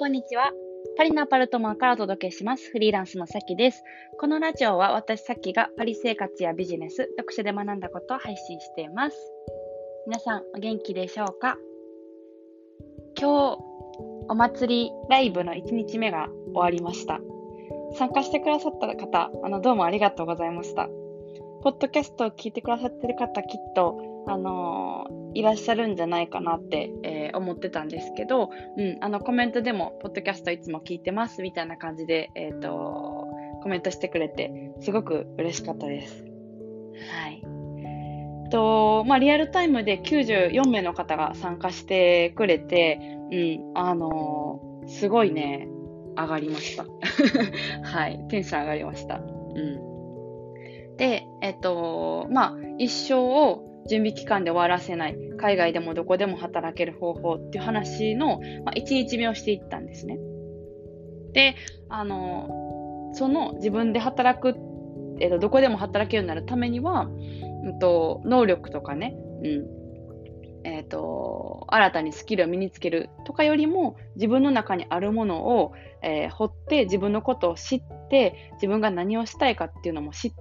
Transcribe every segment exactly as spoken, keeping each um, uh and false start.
こんにちは。パリのアパルトマンからお届けします。フリーランスのさきです。このラジオは私さきがパリ生活やビジネス、読書で学んだことを配信しています。皆さんお元気でしょうか？今日、お祭りライブのいちにちめが終わりました。参加してくださった方、あのどうもありがとうございました。ポッドキャストを聞いてくださってる方、きっと、あのーいらっしゃるんじゃないかなって、えー思ってたんですけど、うん、あのコメントでも、ポッドキャストいつも聞いてますみたいな感じで、えっと、コメントしてくれて、すごく嬉しかったです。はい。と、まあ、リアルタイムできゅうじゅうよんめいの方が参加してくれて、うん、あのーすごいね、上がりました。はい、テンション上がりました。うん。で、えっと、まあ、一生を準備期間で終わらせない、海外でもどこでも働ける方法っていう話の、まあ、いちにちめをしていったんですね。で、あの、その自分で働く、えっと、どこでも働けるようになるためには、うんと、能力とかね、うん、えっと、新たにスキルを身につけるとかよりも、自分の中にあるものを、えー掘って自分のことを知って、自分が何をしたいかっていうのも知って、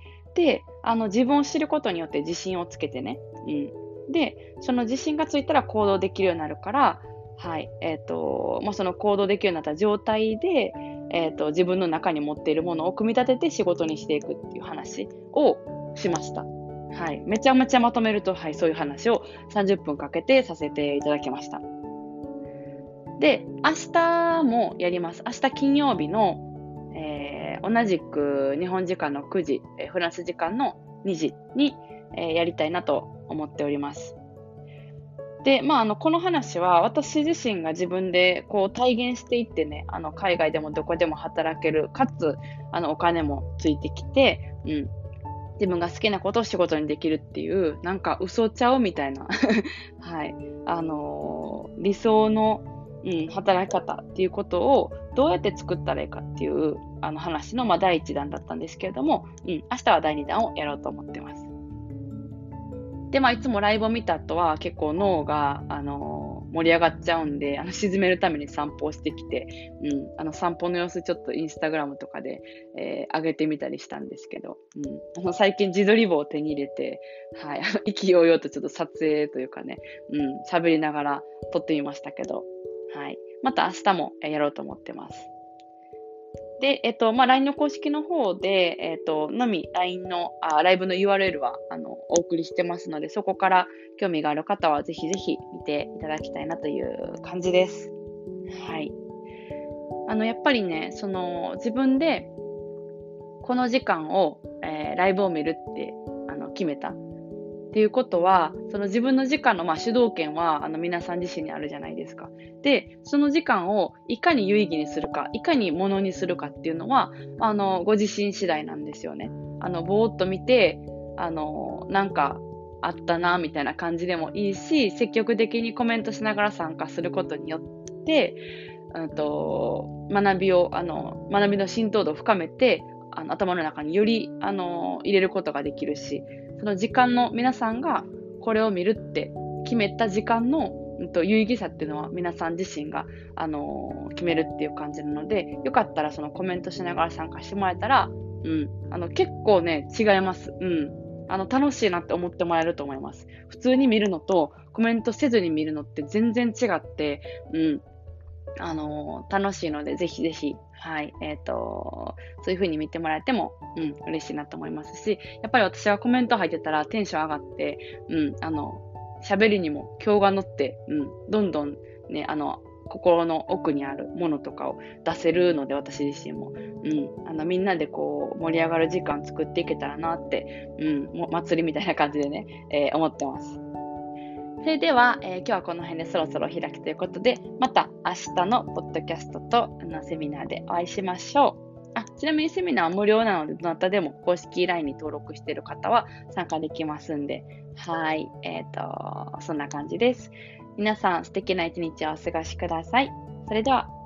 で、あの自分を知ることによって自信をつけてね、うん。で、その自信がついたら行動できるようになるから、はい、えっと、まあ、その行動できるようになった状態で、えっと、自分の中に持っているものを組み立てて仕事にしていくっていう話をしました。はい。めちゃめちゃまとめると、はい、そういう話をさんじゅっぷんかけてさせていただきました。で、明日もやります。明日金曜日の、えー同じく日本時間のくじ、えーフランス時間のにじに、えーやりたいなと思っております。で、まあ、あの、この話は私自身が自分でこう体現していってね、あの、海外でもどこでも働ける、かつ、あの、お金もついてきて、うん、自分が好きなことを仕事にできるっていう、なんか嘘ちゃうみたいな、はい、あのー理想の、うん、働き方っていうことをどうやって作ったらいいかっていうあの話の、まあ、だいいちだんだったんですけれども、うん、明日はだいにだんをやろうと思ってます。で、まあ、いつもライブを見た後は結構脳が、あのー盛り上がっちゃうんで、あの、沈めるために散歩をしてきて、うん、あの、散歩の様子ちょっとインスタグラムとかで、えー上げてみたりしたんですけど、うん、あの、最近自撮り棒を手に入れて、はい、あの意気揚々とちょっと撮影というかね、うん、喋りながら撮ってみましたけど、はい。また明日もえーやろうと思ってます。で、えっと、まあ、ライン の公式の方で、えっと、のみ ライン の、あ、ライブの ユーアールエル は、あの、お送りしてますので、そこから興味がある方はぜひぜひ見ていただきたいなという感じです。はい。あの、やっぱりね、その、自分でこの時間を、えーライブを見るって、あの、決めた。っていうことは、その自分の時間の、まあ、主導権はあの皆さん自身にあるじゃないですか。で、その時間をいかに有意義にするか、いかにものにするかっていうのは、あの、ご自身次第なんですよね。あの、ぼーっと見て、あの、なんかあったな、みたいな感じでもいいし、積極的にコメントしながら参加することによって、うんと、学びを、あの、学びの浸透度を深めて、あの頭の中により、あの、入れることができるし、その時間の皆さんがこれを見るって決めた時間の、うんと、有意義さっていうのは皆さん自身が、あのー決めるっていう感じなので、よかったらそのコメントしながら参加してもらえたら、うん、あの結構ね、違います。うん。あの、楽しいなって思ってもらえると思います。普通に見るのとコメントせずに見るのって全然違って、うん、あのー楽しいので、ぜひぜひ、はい、えっと、そういう風に見てもらえても、うん、嬉しいなと思いますし、やっぱり私はコメント入ってたらテンション上がって、うん、あの、喋りにも今日が乗って、うん、どんどんね、あの、心の奥にあるものとかを出せるので、私自身も、うん、あの、みんなでこう、盛り上がる時間作っていけたらなって、うん、もう祭りみたいな感じでね、えー思ってます。それでは、えー今日はこの辺でそろそろ開きということで、また明日のポッドキャストとあのセミナーでお会いしましょう。あ、ちなみにセミナーは無料なので、どなたでも公式 ライン に登録している方は参加できますんで、はい、えっと、そんな感じです。皆さん素敵な一日をお過ごしください。それでは、